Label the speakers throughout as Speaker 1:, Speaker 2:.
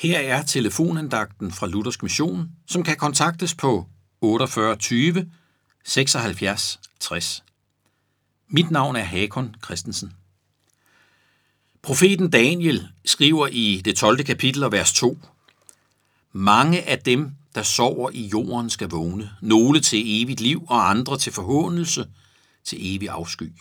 Speaker 1: Her er telefonandagten fra Luthersk Mission, som kan kontaktes på 48 20 76 60. Mit navn er Hakon Christensen. Profeten Daniel skriver i det 12. kapitel og vers 2: Mange af dem, der sover i jorden, skal vågne, nogle til evigt liv og andre til forhånelse, til evig afsky.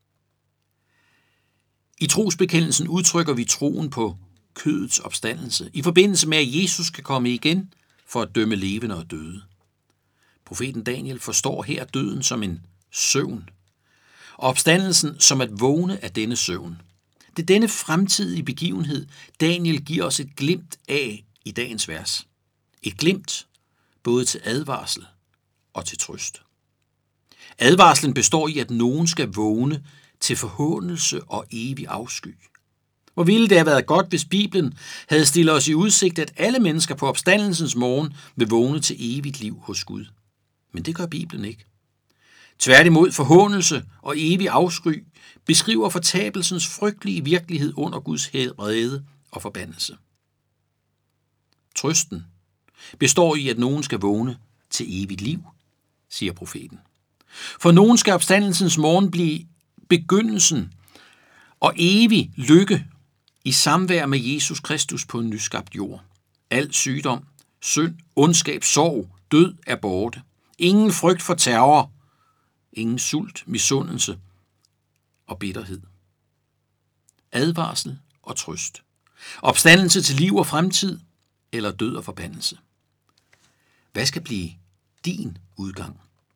Speaker 1: I trosbekendelsen udtrykker vi troen på kødets opstandelse i forbindelse med, at Jesus skal komme igen for at dømme levende og døde. Profeten Daniel forstår her døden som en søvn, og opstandelsen som at vågne af denne søvn. Det er denne fremtidige begivenhed, Daniel giver os et glimt af i dagens vers. Et glimt både til advarsel og til trøst. Advarslen består i, at nogen skal vågne til forhånelse og evig afsky. Hvor ville det have været godt, hvis Bibelen havde stillet os i udsigt, at alle mennesker på opstandelsens morgen vil vågne til evigt liv hos Gud. Men det gør Bibelen ikke. Tværtimod forhånelse og evig afsky beskriver fortabelsens frygtelige virkelighed under Guds vrede og forbandelse. Trøsten består i, at nogen skal vågne til evigt liv, siger profeten. For nogen skal opstandelsens morgen blive begyndelsen og evig lykke i samvær med Jesus Kristus på en nyskabt jord. Al sygdom, synd, ondskab, sorg, død er borte. Ingen frygt for terror, ingen sult, misundelse og bitterhed. Advarsel og trøst. Opstandelse til liv og fremtid, eller død og forbandelse. Hvad skal blive din udgang?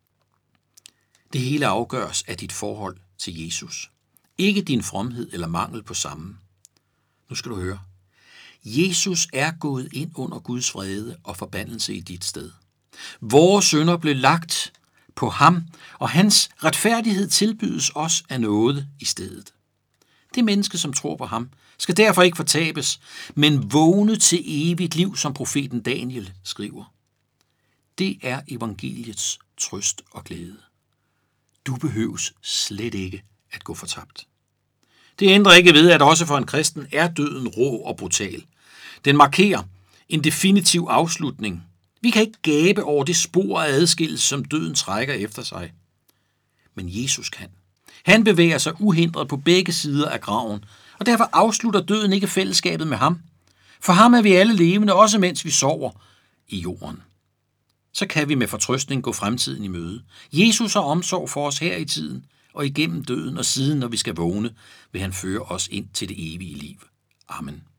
Speaker 1: Det hele afgøres af dit forhold til Jesus. Ikke din fromhed eller mangel på samme. Nu skal du høre. Jesus er gået ind under Guds vrede og forbandelse i dit sted. Vores synder blev lagt på ham, og hans retfærdighed tilbydes os af nåde i stedet. Det menneske, som tror på ham, skal derfor ikke fortabes, men vågne til evigt liv, som profeten Daniel skriver. Det er evangeliets trøst og glæde. Du behøves slet ikke at gå fortabt. Det ændrer ikke ved, at også for en kristen er døden rå og brutal. Den markerer en definitiv afslutning. Vi kan ikke gabe over det spor af adskillelse, som døden trækker efter sig. Men Jesus kan. Han bevæger sig uhindret på begge sider af graven, og derfor afslutter døden ikke fællesskabet med ham. For ham er vi alle levende, også mens vi sover i jorden. Så kan vi med fortrøstning gå fremtiden i møde. Jesus har omsorg for os her i tiden, og igennem døden og siden, når vi skal vågne, vil han føre os ind til det evige liv. Amen.